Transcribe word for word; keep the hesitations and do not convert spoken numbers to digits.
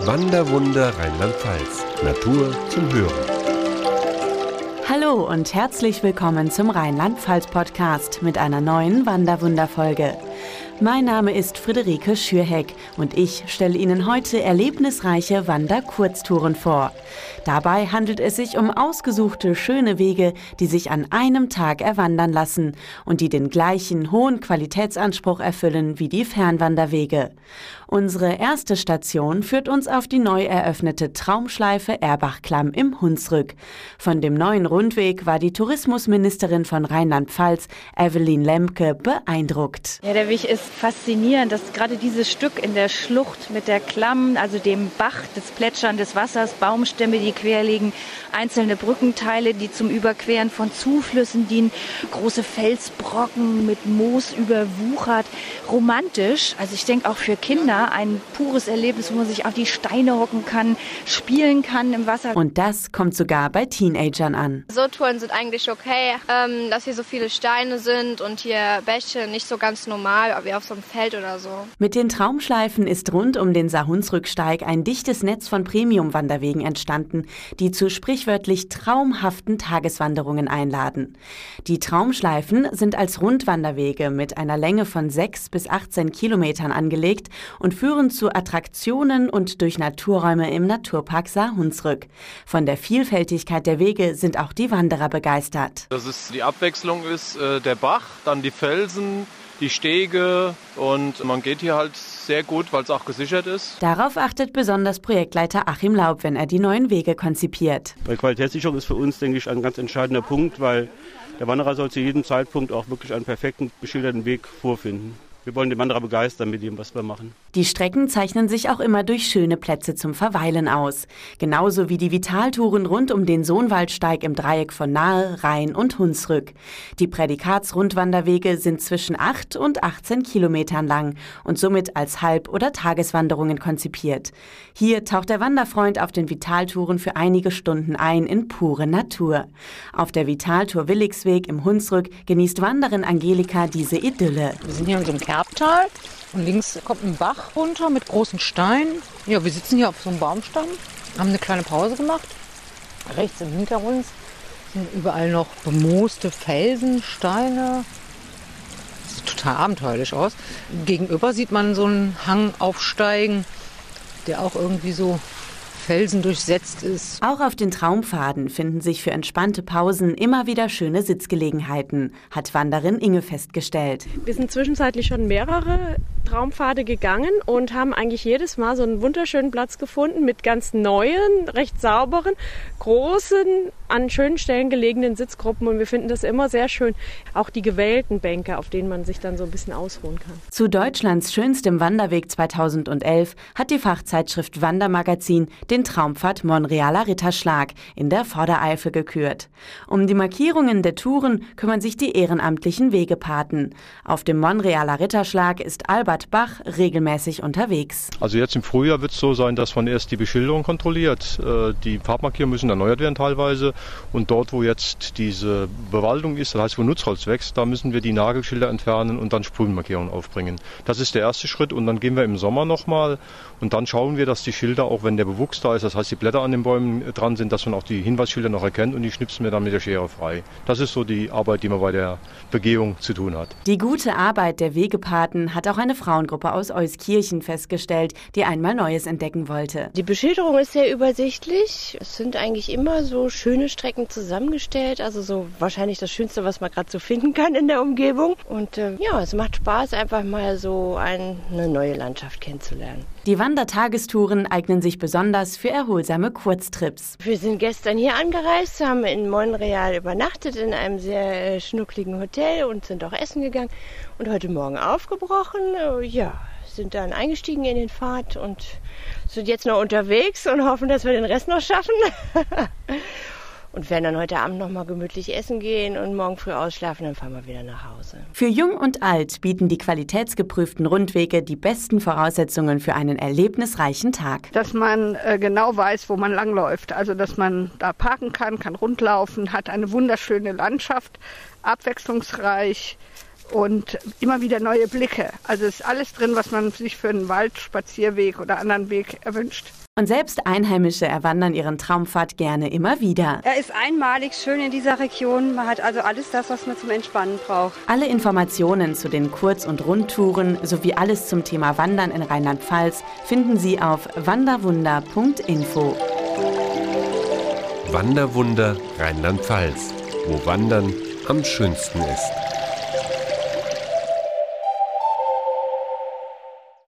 Wanderwunder Rheinland-Pfalz. Natur zum Hören. Hallo und herzlich willkommen zum Rheinland-Pfalz-Podcast mit einer neuen Wanderwunder-Folge. Mein Name ist Friederike Schürheck und ich stelle Ihnen heute erlebnisreiche Wander-Kurztouren vor. Dabei handelt es sich um ausgesuchte, schöne Wege, die sich an einem Tag erwandern lassen und die den gleichen hohen Qualitätsanspruch erfüllen wie die Fernwanderwege. Unsere erste Station führt uns auf die neu eröffnete Traumschleife Erbach-Klamm im Hunsrück. Von dem neuen Rundweg war die Tourismusministerin von Rheinland-Pfalz, Evelyn Lemke, beeindruckt. Ja, der Weg ist faszinierend, dass gerade dieses Stück in der Schlucht mit der Klamm, also dem Bach, das Plätschern des Wassers, Baumstämme, die quer liegen, einzelne Brückenteile, die zum Überqueren von Zuflüssen dienen, große Felsbrocken mit Moos überwuchert, romantisch, also ich denke auch für Kinder ein pures Erlebnis, wo man sich auf die Steine hocken kann, spielen kann im Wasser. Und das kommt sogar bei Teenagern an. So Touren sind eigentlich okay, ähm, dass hier so viele Steine sind und hier Bäche, nicht so ganz normal, wie auf so einem Feld oder so. Mit den Traumschleifen ist rund um den Saar-Hunsrück-Steig ein dichtes Netz von Premium-Wanderwegen entstanden, die zu sprichwörtlich traumhaften Tageswanderungen einladen. Die Traumschleifen sind als Rundwanderwege mit einer Länge von sechs bis achtzehn Kilometern angelegt und führen zu Attraktionen und durch Naturräume im Naturpark Saar-Hunsrück. Von der Vielfältigkeit der Wege sind auch die Wanderer begeistert. Das ist, die Abwechslung ist äh, der Bach, dann die Felsen, die Stege und man geht hier halt sehr gut, weil es auch gesichert ist. Darauf achtet besonders Projektleiter Achim Laub, wenn er die neuen Wege konzipiert. Weil Qualitätssicherung ist für uns, denke ich, ein ganz entscheidender Punkt, weil der Wanderer soll zu jedem Zeitpunkt auch wirklich einen perfekten beschilderten Weg vorfinden. Wir wollen den Wanderer begeistern mit dem, was wir machen. Die Strecken zeichnen sich auch immer durch schöne Plätze zum Verweilen aus. Genauso wie die Vitaltouren rund um den Sohnwaldsteig im Dreieck von Nahe, Rhein und Hunsrück. Die Prädikatsrundwanderwege sind zwischen acht und achtzehn Kilometern lang und somit als Halb- oder Tageswanderungen konzipiert. Hier taucht der Wanderfreund auf den Vitaltouren für einige Stunden ein in pure Natur. Auf der Vitaltour Willigsweg im Hunsrück genießt Wanderin Angelika diese Idylle. Wir sind hier in so einem Kerbtal und links kommt ein Bach runter mit großen Steinen. Ja, wir sitzen hier auf so einem Baumstamm, haben eine kleine Pause gemacht. Rechts im Hintergrund sind überall noch bemooste Felsen, Steine. Das sieht total abenteuerlich aus. Gegenüber sieht man so einen Hang aufsteigen, der auch irgendwie so Felsen durchsetzt ist. Auch auf den Traumpfaden finden sich für entspannte Pausen immer wieder schöne Sitzgelegenheiten, hat Wanderin Inge festgestellt. Wir sind zwischenzeitlich schon mehrere Traumpfade gegangen und haben eigentlich jedes Mal so einen wunderschönen Platz gefunden mit ganz neuen, recht sauberen, großen, an schönen Stellen gelegenen Sitzgruppen und wir finden das immer sehr schön. Auch die gewählten Bänke, auf denen man sich dann so ein bisschen ausruhen kann. Zu Deutschlands schönstem Wanderweg zweitausendelf hat die Fachzeitschrift Wandermagazin den Traumpfad Monrealer Ritterschlag in der Vordereifel gekürt. Um die Markierungen der Touren kümmern sich die ehrenamtlichen Wegepaten. Auf dem Monrealer Ritterschlag ist Albert Bach regelmäßig unterwegs. Also jetzt im Frühjahr wird es so sein, dass man erst die Beschilderung kontrolliert. Die Farbmarkierungen müssen erneuert werden teilweise. Und dort, wo jetzt diese Bewaldung ist, das heißt, wo Nutzholz wächst, da müssen wir die Nagelschilder entfernen und dann Sprühmarkierungen aufbringen. Das ist der erste Schritt und dann gehen wir im Sommer nochmal und dann schauen wir, dass die Schilder, auch wenn der Bewuchs da ist, das heißt, die Blätter an den Bäumen dran sind, dass man auch die Hinweisschilder noch erkennt und die schnipsen wir dann mit der Schere frei. Das ist so die Arbeit, die man bei der Begehung zu tun hat. Die gute Arbeit der Wegepaten hat auch eine Frauengruppe aus Euskirchen festgestellt, die einmal Neues entdecken wollte. Die Beschilderung ist sehr übersichtlich. Es sind eigentlich immer so schöne Strecken zusammengestellt, also so wahrscheinlich das Schönste, was man gerade so finden kann in der Umgebung. Und äh, ja, es macht Spaß, einfach mal so ein, eine neue Landschaft kennenzulernen. Die Wandertagestouren eignen sich besonders für erholsame Kurztrips. Wir sind gestern hier angereist, haben in Monreal übernachtet in einem sehr äh, schnuckligen Hotel und sind auch essen gegangen und heute Morgen aufgebrochen. Äh, ja, sind dann eingestiegen in den Pfad und sind jetzt noch unterwegs und hoffen, dass wir den Rest noch schaffen. Und werden dann heute Abend noch mal gemütlich essen gehen und morgen früh ausschlafen, dann fahren wir wieder nach Hause. Für Jung und Alt bieten die qualitätsgeprüften Rundwege die besten Voraussetzungen für einen erlebnisreichen Tag. Dass man äh, genau weiß, wo man langläuft. Also dass man da parken kann, kann rundlaufen, hat eine wunderschöne Landschaft, abwechslungsreich und immer wieder neue Blicke. Also ist alles drin, was man sich für einen Waldspazierweg oder anderen Weg erwünscht. Und selbst Einheimische erwandern ihren Traumpfad gerne immer wieder. Er ist einmalig schön in dieser Region. Man hat also alles das, was man zum Entspannen braucht. Alle Informationen zu den Kurz- und Rundtouren sowie alles zum Thema Wandern in Rheinland-Pfalz finden Sie auf wanderwunder punkt info. Wanderwunder Rheinland-Pfalz, wo Wandern am schönsten ist.